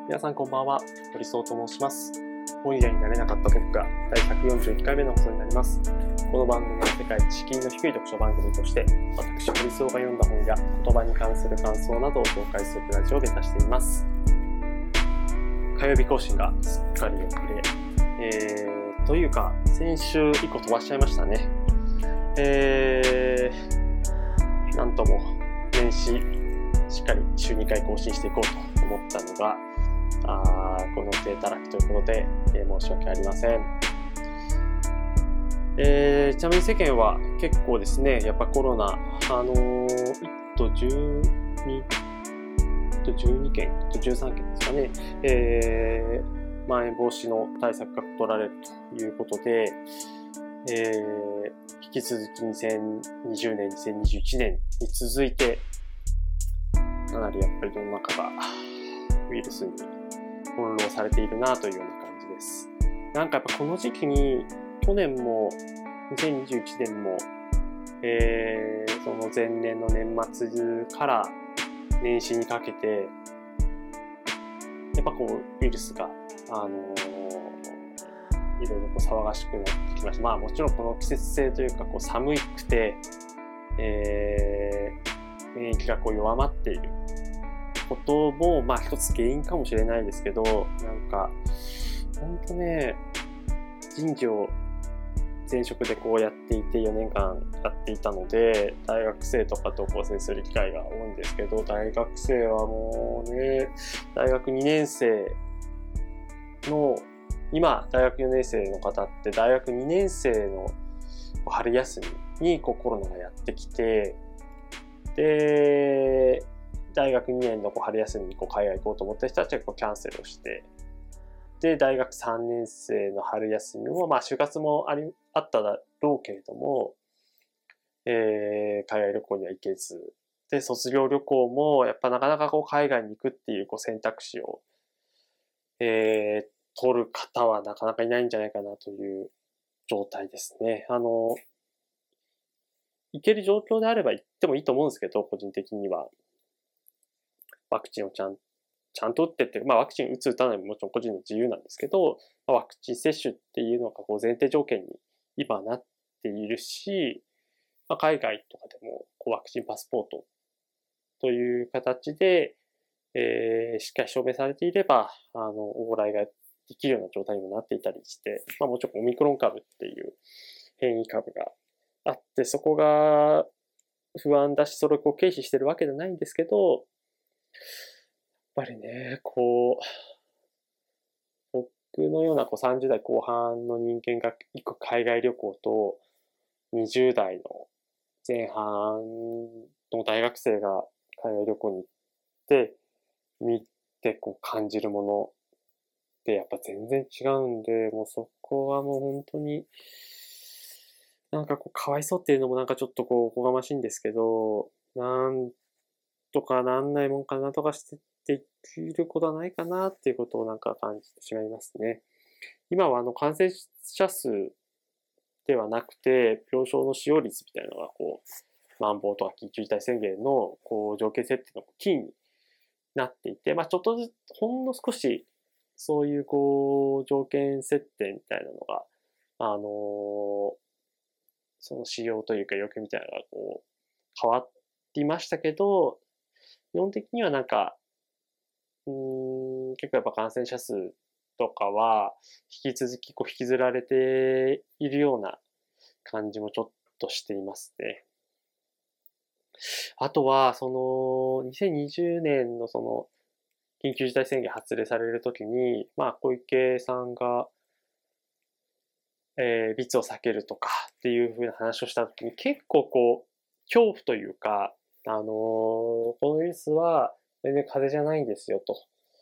皆さんこんばんは、堀総と申します。本屋になれなかった僕が第141回目の放送になります。この番組は世界一敷居の低い読書番組として、私堀総が読んだ本や言葉に関する感想などを紹介するラジオを目指しています。火曜日更新がすっかり遅れ、というか先週以降飛ばしちゃいましたね。なんとも年始しっかり週2回更新していこうと思ったのがこの低たらくということで、申し訳ありません。ちなみに世間は結構ですね、やっぱコロナ、1都12件、13件ですかね、まん延防止の対策が取られるということで、引き続き2020年、2021年に続いて、かなりやっぱり世の中がウイルスに翻弄されているなというような感じです。なんかやっぱこの時期に去年も2021年も、その前年の年末から年始にかけてやっぱこうウイルスがいろいろこう騒がしくなってきました。まあもちろんこの季節性というかこう寒くて、免疫がこう弱まっていることもまあ一つ原因かもしれないですけど、なんか本当ね、人事を前職でこうやっていて4年間やっていたので、大学生とかと交際する機会が多いんですけど、大学生はもうね、大学2年生の今大学4年生の方って大学2年生の春休みにコロナがやってきて、で大学2年の春休みに海外行こうと思った人たちがキャンセルをして、で大学3年生の春休みも就活もあっただろうけれども、海外旅行には行けず、で卒業旅行もやっぱなかなか海外に行くっていう選択肢を、取る方はなかなかいないんじゃないかなという状態ですね。行ける状況であれば行ってもいいと思うんですけど、個人的にはワクチンをちゃんと打ってって、ワクチン打つ打たないももちろん個人の自由なんですけど、ワクチン接種っていうのが前提条件に今なっているし、海外とかでもワクチンパスポートという形で、しっかり証明されていれば往来ができるような状態にもなっていたりして、もちろんオミクロン株っていう変異株があって、そこが不安だし、それを軽視してるわけじゃないんですけど、やっぱりね、僕のような30代後半の人間が行く海外旅行と20代の前半の大学生が海外旅行に行って見て感じるものってやっぱ全然違うんで、もうそこはもう本当になんかかわいそうっていうのもなんかちょっとおこがましいんですけど、なんとかなんないもんかなとかしてできることはないかなっていうことをなんか感じてしまいますね。今は感染者数ではなくて、病床の使用率みたいなのがまん防とか緊急事態宣言の条件設定のキーになっていて、ちょっとずつほんの少しそういう条件設定みたいなのがその仕様というか要求みたいなのが変わりましたけど、基本的にはなんか結構やっぱ感染者数とかは引き続き引きずられているような感じもちょっとしていますね。あとは2020年の緊急事態宣言発令されるときに小池さんが密を避けるとかっていう風な話をしたときに結構恐怖というかこのウイルスは全然風邪じゃないんですよと。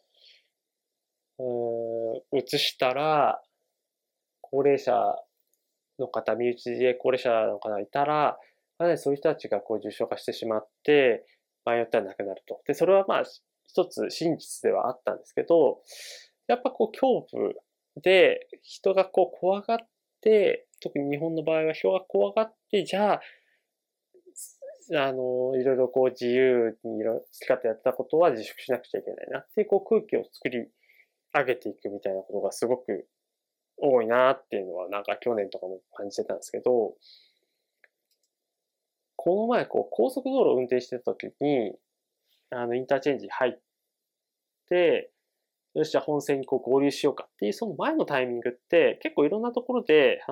移したら、高齢者の方、身内で高齢者の方がいたら、かなりそういう人たちが重症化してしまって、場合によっては亡くなると。で、それは一つ真実ではあったんですけど、やっぱ恐怖で人が怖がって、特に日本の場合は人が怖がって、じゃあ、 いろいろこう自由に好き勝手やってたことは自粛しなくちゃいけないなっていうこう空気を作り上げていくみたいなことがすごく多いなっていうのはなんか去年とかも感じてたんですけど、この前こう高速道路を運転してた時に、インターチェンジ入って、よし、じゃあ本線にこう合流しようかっていう、その前のタイミングって、結構いろんなところで、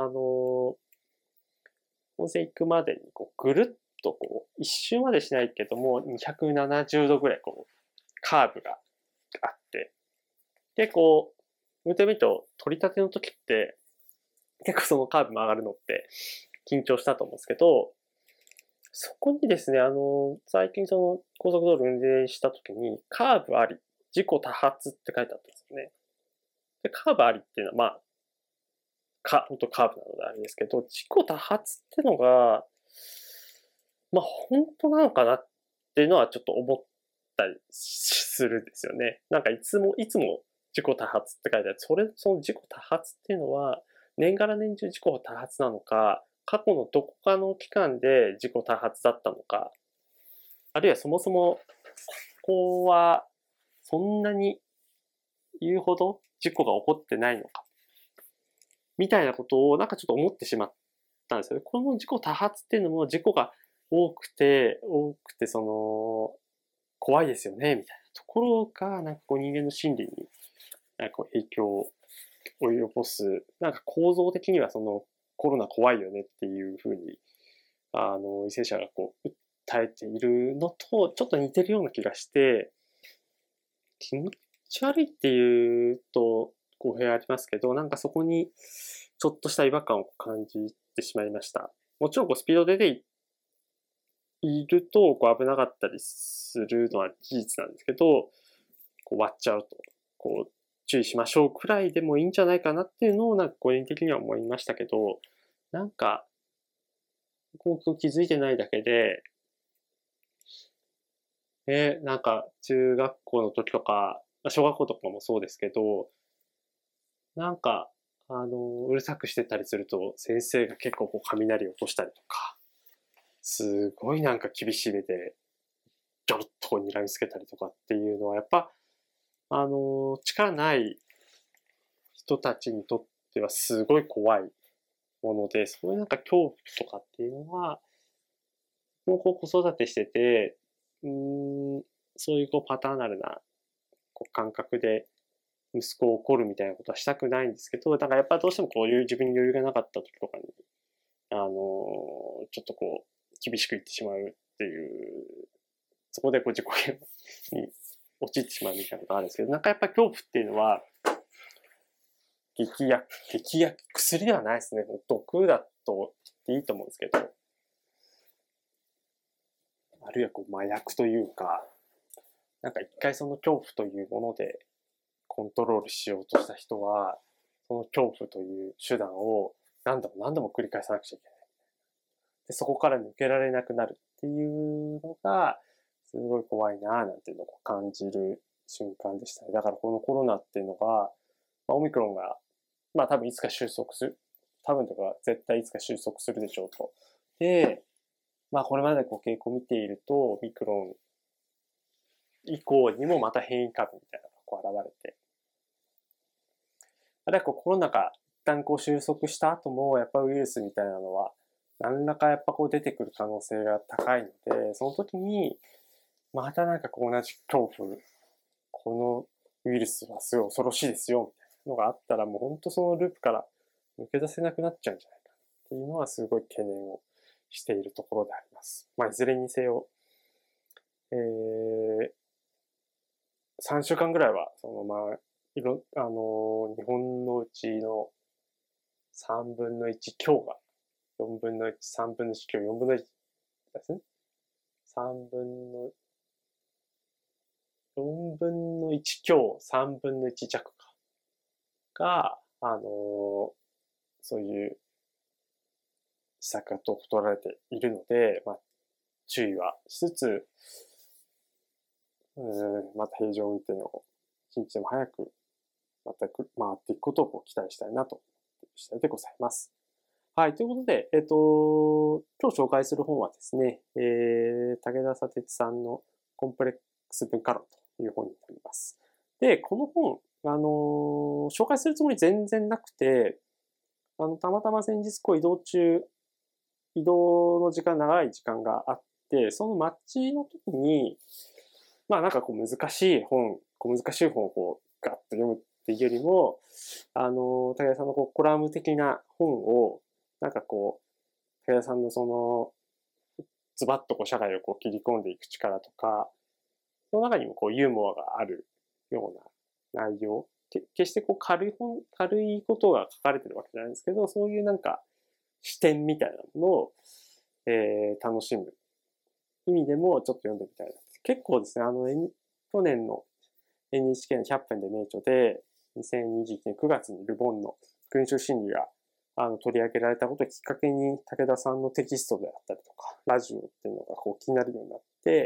本線行くまでにこうぐるっとこう、一周までしないけども、270度ぐらいこう、カーブがあって、で、こう、運転見ると取り立ての時って、結構そのカーブ曲がるのって緊張したと思うんですけど、そこにですね、最近その高速道路運転した時に、カーブあり、事故多発って書いてあったんですよね。で、カーブありっていうのは、まあ、本当カーブなのであれですけど、事故多発ってのが、まあ、本当なのかなっていうのはちょっと思ったりするんですよね。なんかいつも事故多発って書いてある。その事故多発っていうのは、年がら年中事故多発なのか、過去のどこかの期間で事故多発だったのか、あるいはそもそも、ここはそんなに言うほど事故が起こってないのか、みたいなことをなんかちょっと思ってしまったんですよね。この事故多発っていうのも事故が多くて怖いですよね、みたいなところが、なんかこう人間の心理に、なんかこう影響を及ぼす、なんか構造的にはそのコロナ怖いよねっていうふうに、為政者がこう訴えているのとちょっと似てるような気がして、気持ち悪いっていうと語弊ありますけど、なんかそこにちょっとした違和感を感じてしまいました。もちろんこうスピードで出ているとこう危なかったりするのは事実なんですけど、こう割っちゃうと、こう注意しましょうくらいでもいいんじゃないかなっていうのをなんか個人的には思いましたけど、なんか、こう気づいてないだけで、なんか中学校の時とか、小学校とかもそうですけど、なんか、うるさくしてたりすると、先生が結構こう雷を起こしたりとか、すごいなんか厳しい目で、ギョロッとこう睨みつけたりとかっていうのは、やっぱ、力ない人たちにとってはすごい怖いもので、そういうなんか恐怖とかっていうのは、もうこう子育てしてて、そういうこうパターナルなこう感覚で息子を怒るみたいなことはしたくないんですけど、だからやっぱどうしてもこういう自分に余裕がなかった時とかに、ちょっとこう、厳しく言ってしまうっていう、そこでこう自己嫌悪に陥ってしまうみたいなことがあるんですけど、なんかやっぱ恐怖っていうのは、劇薬、薬ではないですね。毒だと言っていいと思うんですけど、あるいはこう麻薬というか、なんか一回その恐怖というものでコントロールしようとした人は、その恐怖という手段を何度も何度も繰り返さなくちゃいけない。で、そこから抜けられなくなるっていうのが、すごい怖いなぁなんていうのを感じる瞬間でしたね。だからこのコロナっていうのが、オミクロンが、多分いつか収束する。多分とか絶対いつか収束するでしょうと。で、これまでこう傾向を見ていると、オミクロン以降にもまた変異株みたいなのがこう現れて、あるいはこうコロナが一旦こう収束した後も、やっぱウイルスみたいなのは、何らかやっぱこう出てくる可能性が高いので、その時に、またなんかこう同じ恐怖、このウイルスはすごい恐ろしいですよ、みたいなのがあったら、もう本当そのループから抜け出せなくなっちゃうんじゃないかっていうのはすごい懸念をしているところであります。いずれにせよ、3週間ぐらいは、日本のうちの3分の1強が、4分の1、3分の1強、4分の1ですね。3分の、4分の1強、3分の1弱が、そういう施策が取られているので、注意はしつつ、また平常運転を一日でも早く回っていくことを期待したいなと思っている次第でございます。 はい。ということで、今日紹介する本はですね、武田砂鉄さんのコンプレックス文化論という本になります。で、この本、紹介するつもり全然なくて、たまたま先日移動の時間、長い時間があって、その待ちの時に、まあなんかこう難しい本、難しい本をこうガッと読むっていうよりも、武田さんのこうコラム的な本を、なんかこう、武田さんのその、ズバッとこう社会をこう切り込んでいく力とか、その中にもこうユーモアがあるような内容。決してこう軽いことが書かれてるわけじゃないんですけど、そういうなんか視点みたいなものを、楽しむ意味でもちょっと読んでみたいな。結構ですね、去年の NHK の100分で名著で、2021年9月にルボンの群衆心理が取り上げられたことをきっかけに武田さんのテキストであったりとか、ラジオっていうのがこう気になるようになって、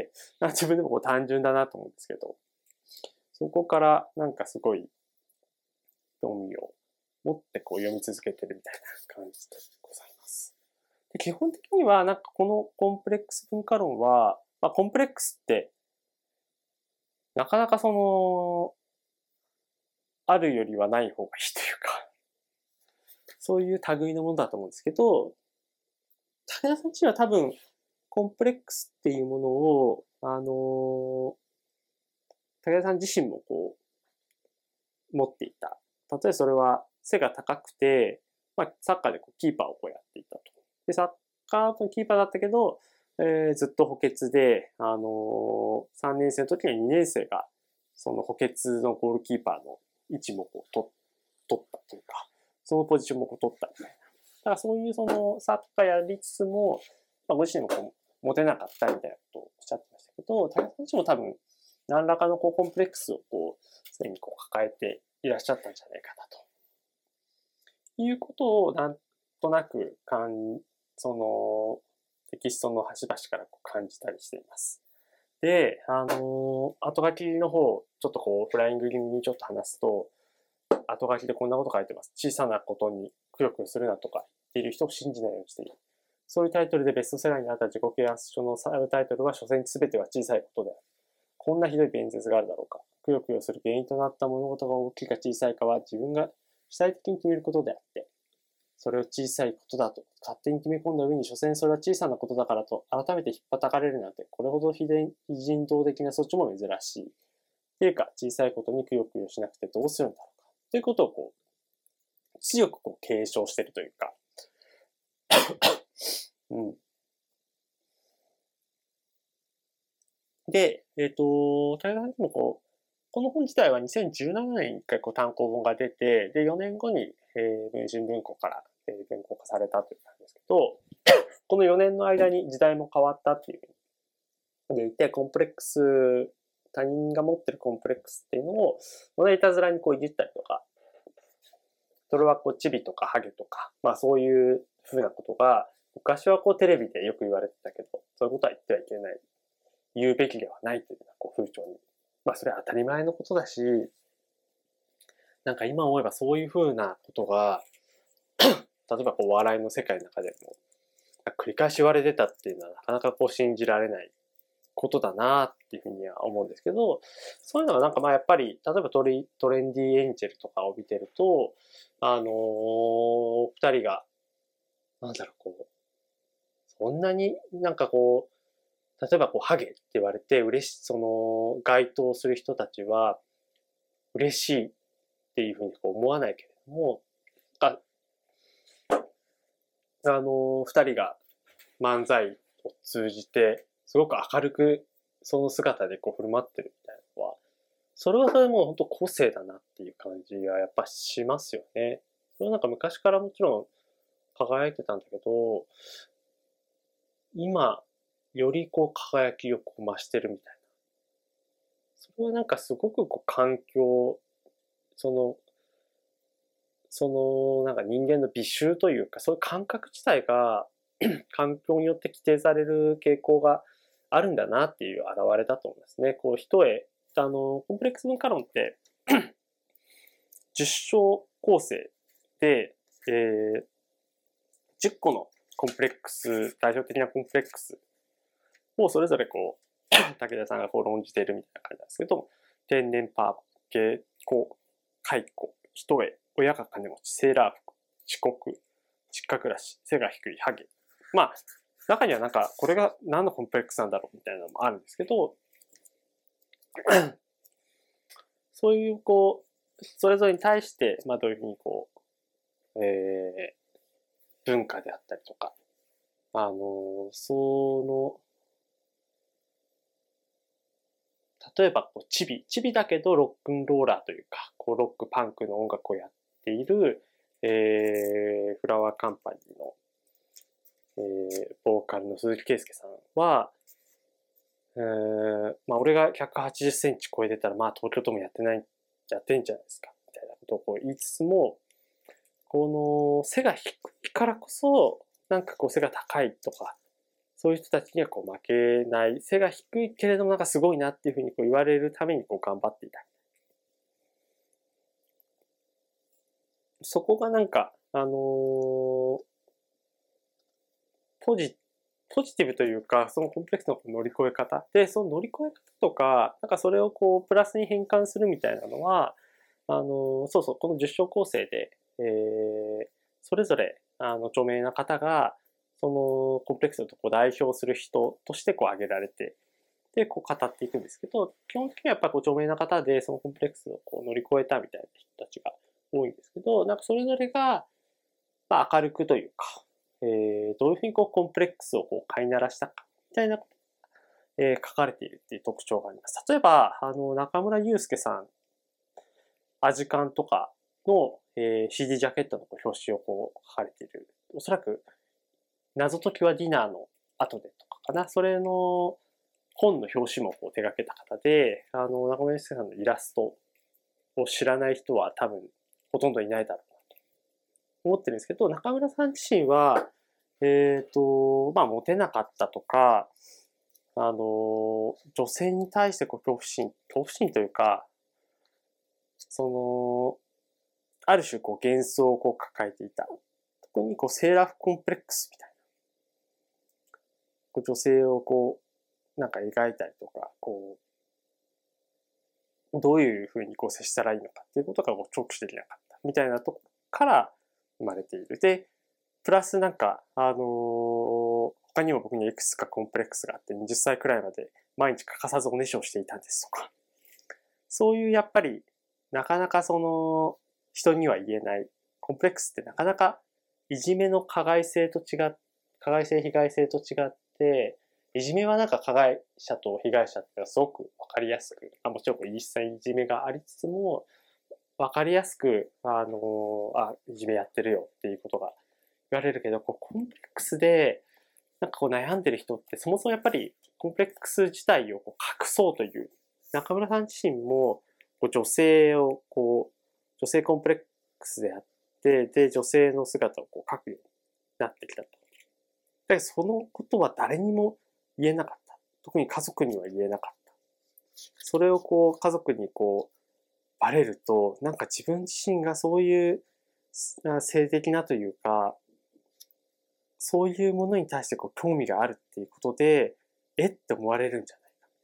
自分でもこう単純だなと思うんですけど、そこからなんかすごい興味を持ってこう読み続けてるみたいな感じでございます。で基本的にはなんかこのコンプレックス文化論は、まあ、コンプレックスってなかなかその、あるよりはない方がいいというか、そういう類のものだと思うんですけど、武田さんちは多分、コンプレックスっていうものを、武田さん自身もこう、持っていた。例えばそれは背が高くて、まあ、サッカーでこうキーパーをこうやっていたと。で、サッカーのキーパーだったけど、ずっと補欠で、3年生の時には2年生が、その補欠のゴールキーパーの位置もこう取ったというか、そのポジションもこう取ったみたいな。だからそういうそのサッカーやりつつも、まあ、ご自身もこう持てなかったみたいなことをおっしゃってましたけど、武田さん自身も多分、何らかのこうコンプレックスをこう、すでにこう抱えていらっしゃったんじゃないかなと。いうことをなんとなくそのテキストの端々からこう感じたりしています。で、後書きの方、ちょっとこう、フライング気味にちょっと話すと、後書きでこんなこと書いてます。小さなことにくよくよするなとか言っている人を信じないようにしている。そういうタイトルでベストセラーになった自己啓発書のサブタイトルは、所詮全ては小さいことである。こんなひどい弁舌があるだろうか。くよくよする原因となった物事が大きいか小さいかは自分が主体的に決めることであって、それを小さいことだと勝手に決め込んだ上に、所詮それは小さなことだからと改めて引っ叩かれるなんて、これほど非人道的な措置も珍しい。っていうか、小さいことにくよくよしなくてどうするんだろうか。ということをこう、強くこう継承しているというか、うん。で、大河さんもこの本自体は2017年に一回こう単行本が出て、で、4年後に、文春文庫から、文庫化されたという感じですけど、この4年の間に時代も変わったっていうふうに言って、コンプレックス、他人が持ってるコンプレックスっていうのを、いたずらにこういじったりとか、それはこうチビとかハゲとか、まあそういうふうなことが、昔はこうテレビでよく言われてたけど、そういうことは言ってはいけない。言うべきではないというようなこう風潮に。まあそれは当たり前のことだし、なんか今思えばそういうふうなことが、例えばこうお笑いの世界の中でも、繰り返し言われてたっていうのはなかなかこう信じられないことだなっていうふうには思うんですけど、そういうのはなんかまあやっぱり、例えばトレンディエンジェルとかを見てると、二人が、なんだろう、こう、そんなになんかこう、例えばこう、ハゲって言われてその、該当する人たちは嬉しいっていうふうにこう思わないけれども、二人が漫才を通じて、すごく明るくその姿でこう振る舞ってるみたいなのは、それはそれも本当個性だなっていう感じがやっぱしますよね。それはなんか昔からもちろん輝いてたんだけど、今、よりこう輝きをこう増してるみたいな。それはなんかすごくこう環境、その、なんか人間の美醜というか、そういう感覚自体が環境によって規定される傾向があるんだなっていう現れだと思いますね。こう、コンプレックス文化論って10章構成で、10 10個のコンプレックス、代表的なコンプレックスをそれぞれこう、武田さんがこう論じているみたいな感じなんですけど、天然パー、下戸、解雇、人へ、親が金持ち、セーラー服、遅刻、実家暮らし、背が低い、ハゲ。まあ、中にはなんか、これが何のコンプレックスなんだろうみたいなのもあるんですけど、そういうこう、それぞれに対して、まあどういうふうにこう、文化であったりとか、例えばこうチビだけどロックンローラーというか、こうロックパンクの音楽をやっている、フラワーカンパニーの、ボーカルの鈴木圭介さんは、まあ俺が180センチ超えてたら、まあ東京都もやってんじゃないですか、みたいなことをこう言いつつも、この背が低いからこそ、なんかこう背が高いとか、そういう人たちにはこう負けない、背が低いけれどもなんかすごいなっていうふうにこう言われるためにこう頑張っていた。そこがなんか、ポジティブというか、そのコンプレックスの乗り越え方で、その乗り越え方とか、なんかそれをこうプラスに変換するみたいなのは、そうそう、この10章構成で、それぞれ著名な方が、そのコンプレックスをこう代表する人としてこう挙げられて、で、こう語っていくんですけど、基本的にはやっぱこう著名な方で、そのコンプレックスをこう乗り越えたみたいな人たちが多いんですけど、なんかそれぞれが、まあ、明るくというか、どういうふうにこうコンプレックスをこう飼いならしたか、みたいなことが、書かれているっていう特徴があります。例えば、中村祐介さん、アジカンとかの、CD ジャケットの表紙をこう書かれている。おそらく、謎解きはディナーの後でとかかな。それの本の表紙もこう手掛けた方で、中村祐介さんのイラストを知らない人は多分ほとんどいないだろうなと思ってるんですけど、中村さん自身は、まあ、モテなかったとか、女性に対してこう恐怖心というか、ある種こう幻想をこう抱えていた。特にこうセーラー服コンプレックスみたいな。こう女性をこう、なんか描いたりとか、こう、どういうふうにこう接したらいいのかっていうことがこう直視できなかった。みたいなとこから生まれている。で、プラスなんか、他にも僕にいくつかコンプレックスがあって、20歳くらいまで毎日欠かさずおねしょをしていたんですとか。そういうやっぱり、なかなか人には言えない、コンプレックスってなかなかいじめの加害性、被害性と違って、いじめはなんか加害者と被害者っていうのはすごくわかりやすく、もちろん実際いじめがありつつも、わかりやすく、いじめやってるよっていうことが言われるけど、こうコンプレックスで、なんかこう悩んでる人って、そもそもやっぱりコンプレックス自体をこう隠そうという、中村さん自身もこう女性コンプレックスであって、で、女性の姿をこう描くようになってきたと。で、そのことは誰にも言えなかった。特に家族には言えなかった。それをこう家族にこうバレると、なんか自分自身がそういう性的なというか、そういうものに対してこう興味があるっていうことで、って思われるんじゃないか。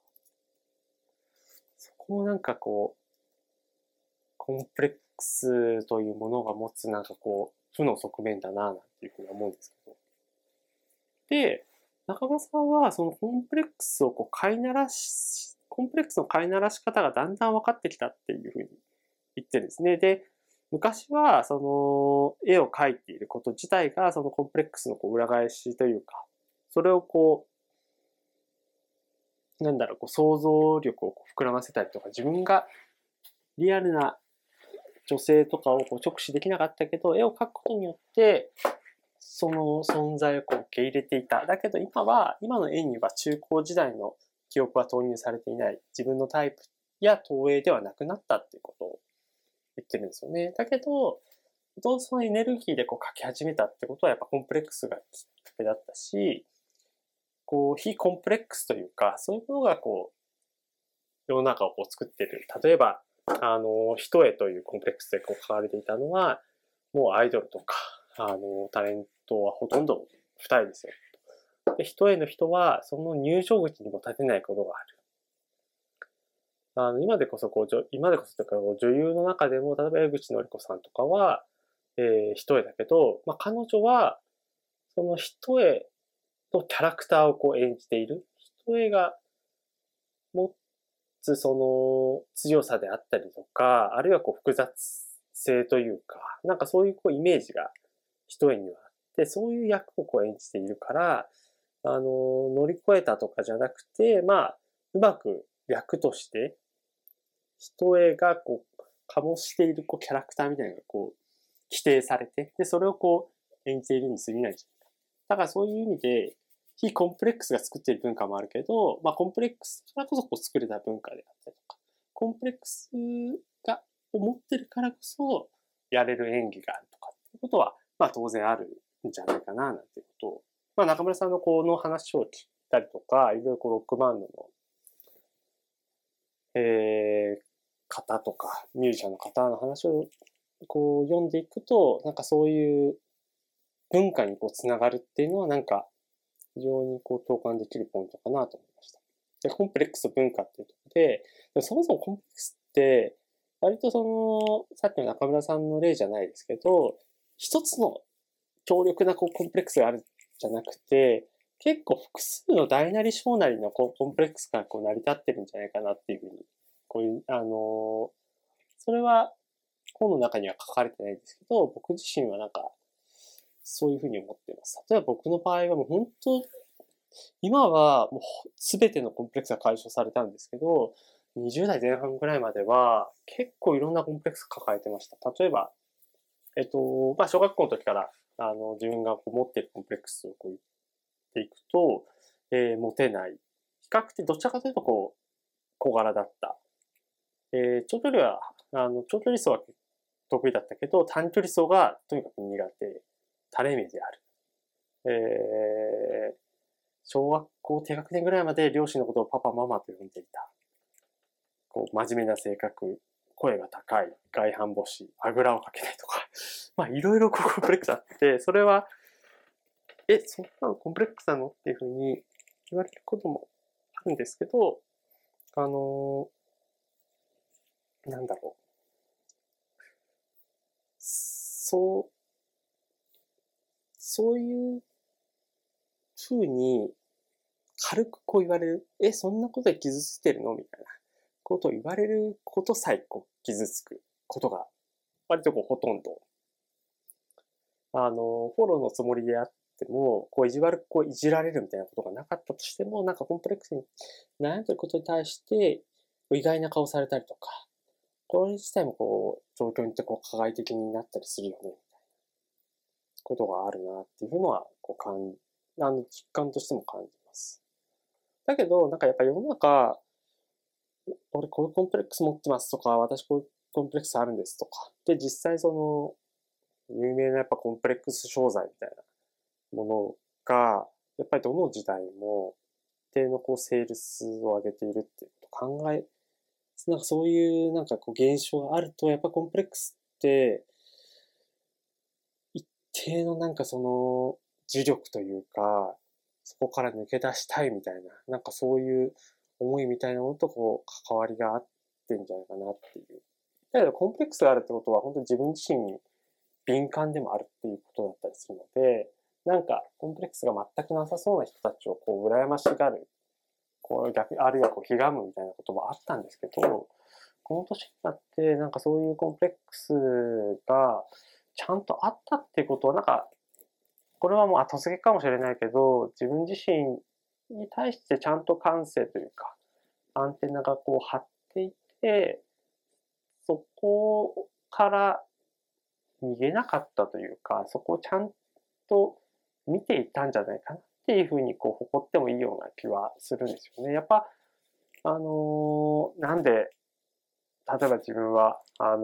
そこもなんかこう、コンプレックスというものが持つなんかこう、負の側面だな、なんていうふうに思うんですけど。で、中村さんはそのコンプレックスをこうコンプレックスの飼いならし方がだんだん分かってきたっていうふうに言ってるんですね。で、昔はその絵を描いていること自体がそのコンプレックスのこう裏返しというか、それをこう、こう想像力をこう膨らませたりとか、自分がリアルな女性とかをこう直視できなかったけど、絵を描くことによって、その存在をこう受け入れていた。だけど今の絵には中高時代の記憶は投入されていない。自分のタイプや投影ではなくなったっていうことを言ってるんですよね。だけど、そのエネルギーでこう描き始めたってことはやっぱコンプレックスがきっかけだったし、こう、非コンプレックスというか、そういうものがこう、世の中をこう作っている。例えば、一重というコンプレックスでこう書かれていたのは、もうアイドルとか、タレン人はほとんど二重ですよ。で、一重の人は、その入場口にも立てないことがある。今でこそ今でこそというか、女優の中でも、例えば江口のり子さんとかは、一重だけど、まあ、彼女は、その一重とキャラクターをこう演じている。一重が持つその強さであったりとか、あるいはこう複雑性というか、なんかそういうこうイメージが一重にはあって、そういう役をこう演じているから、乗り越えたとかじゃなくて、まあ、うまく役として、一重がこう、醸しているこうキャラクターみたいなのがこう、規定されて、で、それをこう、演じているに過ぎないじゃん。だからそういう意味で、非コンプレックスが作っている文化もあるけど、まあコンプレックスからこそこう作れた文化であったりとか、コンプレックスが思ってるからこそやれる演技があるとかっていうことは、まあ当然あるんじゃないかな、なんていうことを、まあ中村さんのこの話を聞いたりとか、いろいろこうロックバンドの、方とか、ミュージシャンの方の話をこう読んでいくと、なんかそういう文化にこうつながるっていうのはなんか非常にこう共感できるポイントかなと思いました。で、コンプレックスと文化っていうところで、そもそもコンプレックスって、割とその、さっきの中村さんの例じゃないですけど、一つの強力なこうコンプレックスがあるじゃなくて、結構複数の大なり小なりのこうコンプレックスがこう成り立ってるんじゃないかなっていうふうに、こういう、それは本の中には書かれてないんですけど、僕自身はなんか、そういうふうに思っています。例えば僕の場合はもう本当、今はもう全てのコンプレックスが解消されたんですけど、20代前半ぐらいまでは結構いろんなコンプレックス抱えてました。例えば、まあ、小学校の時から、自分がこう持っているコンプレックスをこう言っていくと、モテない。比較的どちらかというとこう、小柄だった。長距離は、長距離走は得意だったけど、短距離走がとにかく苦手。垂れ目である。小学校低学年ぐらいまで両親のことをパパママと呼んでいた。こう、真面目な性格、声が高い、外反母趾、あぐらをかけないとか、まあいろいろコンプレックスあって、それは、そんなのコンプレックスなのっていうふうに言われることもあるんですけど、なんだろう。そういうふうに軽くこう言われる。そんなことで傷ついてるのみたいなことを言われることさえこう傷つくことが割とこうほとんど。フォローのつもりであっても、こうこういじられるみたいなことがなかったとしても、なんかコンプレックスに悩んでることに対して、意外な顔されたりとか、これ自体もこう、状況によってこう、加害的になったりするよね、みたいなことがあるなっていうのは、こう、実感としても感じます。だけど、なんかやっぱ世の中、俺こういうコンプレックス持ってますとか、私こういうコンプレックスあるんですとか。で、実際その、有名なやっぱコンプレックス商材みたいなものが、やっぱりどの時代も一定のこうセールスを上げているっていうことを考え、なんかそういうなんかこう現象があると、やっぱコンプレックスって、一定のなんかその磁力というか、そこから抜け出したいみたいな、なんかそういう思いみたいなものとこう関わりがあってんじゃないかなっていう。だけどコンプレックスがあるってことは本当に自分自身に敏感でもあるっていうことだったりするので、なんかコンプレックスが全くなさそうな人たちをこう羨ましがる、こう逆、あるいはこうひがむみたいなこともあったんですけど、この年になってなんかそういうコンプレックスがちゃんとあったっていうことはなんか、これはもう後付けかもしれないけど、自分自身に対してちゃんと感性というか、アンテナがこう張っていて、そこから逃げなかったというか、そこをちゃんと見ていたんじゃないかなっていうふうにこう誇ってもいいような気はするんですよね。やっぱ、なんで、例えば自分は、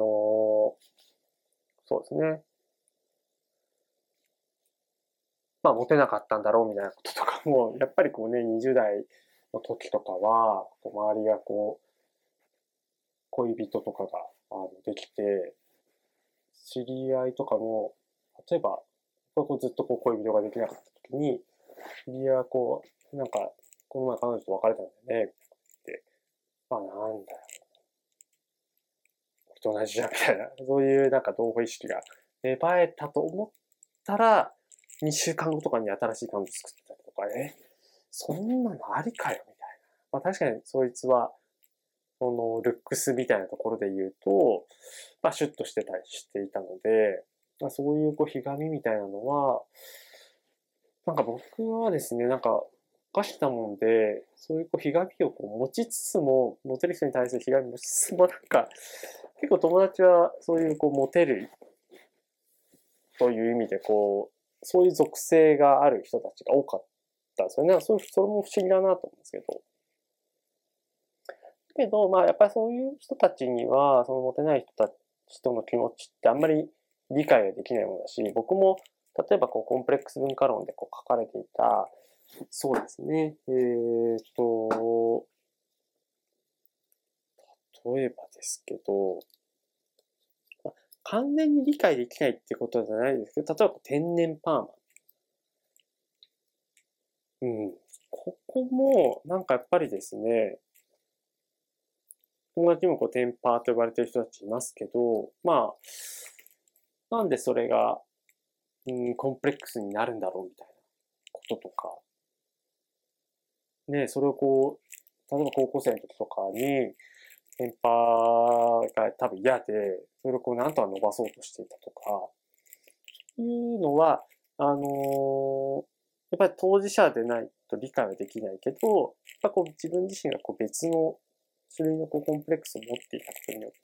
そうですね。まあ、モテなかったんだろうみたいなこととかも、やっぱりこうね、20代の時とかは、周りがこう、恋人とかができて、知り合いとかも、例えばこうずっとこう恋人ができなかった時に、リリアはこう、なんか、この前彼女と別れたんだよね、って、あ、なんだよ。俺と同じじゃん、みたいな。そういうなんか同伴意識が芽生えたと思ったら、2週間後とかに新しい彼女作ってたりとか、そんなのありかよ、みたいな。まあ確かにそいつは、その、ルックスみたいなところで言うと、まあシュッとしてたりしていたので、まあ、そういうこう、ひがみみたいなのは、なんか僕はですね、なんか、おかしたもんで、そういうこう、ひがみをこう持ちつつも、モテる人に対するひがみを持ちつつも、なんか、結構友達はそういうこう、モテるという意味で、こう、そういう属性がある人たちが多かったんですよね。それも不思議だなと思うんですけど。けど、まあ、やっぱりそういう人たちには、そのモテない人たちとの気持ちってあんまり理解ができないものだし、僕も、例えばこう、コンプレックス文化論でこう書かれていた、そうですね、例えばですけど、完全に理解できないってことじゃないですけど、例えば天然パーマ。うん。ここも、なんかやっぱりですね、友達にもこう、テンパーと呼ばれてる人たちいますけど、まあ、なんでそれが、コンプレックスになるんだろうみたいなこととか、ね、それをこう、例えば高校生の時とかに、テンパーが多分嫌で、それをこう、なんとか伸ばそうとしていたとか、いうのは、やっぱり当事者でないと理解はできないけど、やっぱこう自分自身がこう別の種類のこうコンプレックスを持っていたことによって、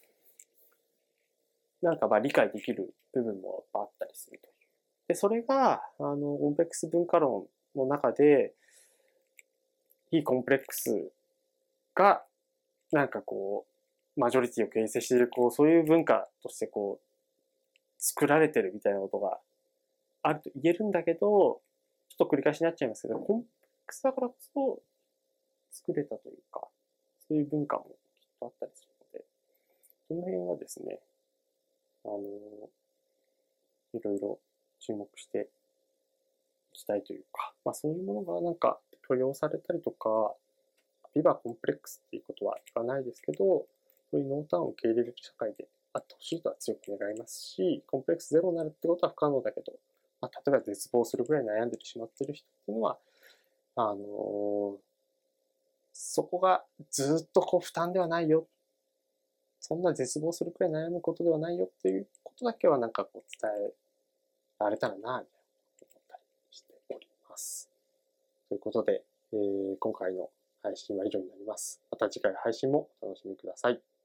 なんかまあ理解できる部分もあったりするという。で、それが、コンプレックス文化論の中で、非コンプレックスが、なんかこう、マジョリティを形成している、こう、そういう文化としてこう、作られてるみたいなことがあると言えるんだけど、ちょっと繰り返しになっちゃいますけど、コンプレックスだからこそ作れたというか、そういう文化もきっとあったりするので、その辺はですね、あの、いろいろ注目していきたいというか、まあそういうものがなんか許容されたりとか、ビバコンプレックスっていうことは言わないですけど、そういう濃淡を受け入れる社会であってほしいとは強く願いますし、コンプレックスゼロになるってことは不可能だけど、まあ、例えば絶望するぐらい悩んでしまっている人っていうのは、あのーそこがずっとこう負担ではないよ。そんな絶望するくらい悩むことではないよっていうことだけはなんかこう伝えられたらな、みたいな思ったりしております。ということで、今回の配信は以上になります。また次回配信もお楽しみください。